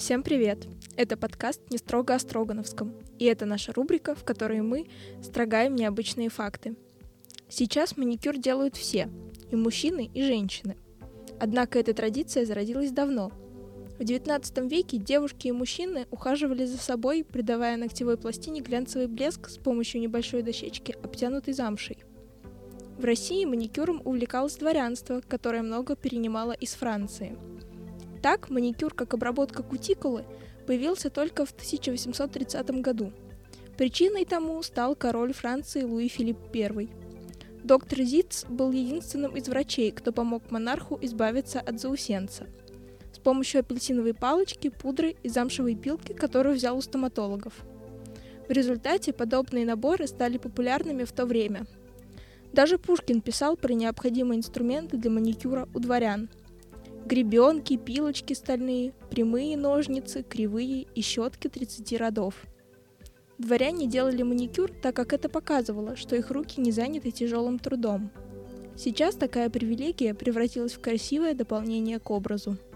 Всем привет! Это подкаст «Не строго о Строгановском», и это наша рубрика, в которой мы строгаем необычные факты. Сейчас маникюр делают все, и мужчины, и женщины. Однако эта традиция зародилась давно. В XIX веке девушки и мужчины ухаживали за собой, придавая ногтевой пластине глянцевый блеск с помощью небольшой дощечки, обтянутой замшей. В России маникюром увлекалось дворянство, которое много перенимало из Франции. Так, маникюр как обработка кутикулы появился только в 1830 году. Причиной тому стал король Франции Луи Филипп I. Доктор Зитц был единственным из врачей, кто помог монарху избавиться от заусенца. С помощью апельсиновой палочки, пудры и замшевой пилки, которую взял у стоматологов. В результате подобные наборы стали популярными в то время. Даже Пушкин писал про необходимые инструменты для маникюра у дворян. Гребенки, пилочки стальные, прямые ножницы, кривые и щетки 30 родов. Дворяне делали маникюр, так как это показывало, что их руки не заняты тяжелым трудом. Сейчас такая привилегия превратилась в красивое дополнение к образу.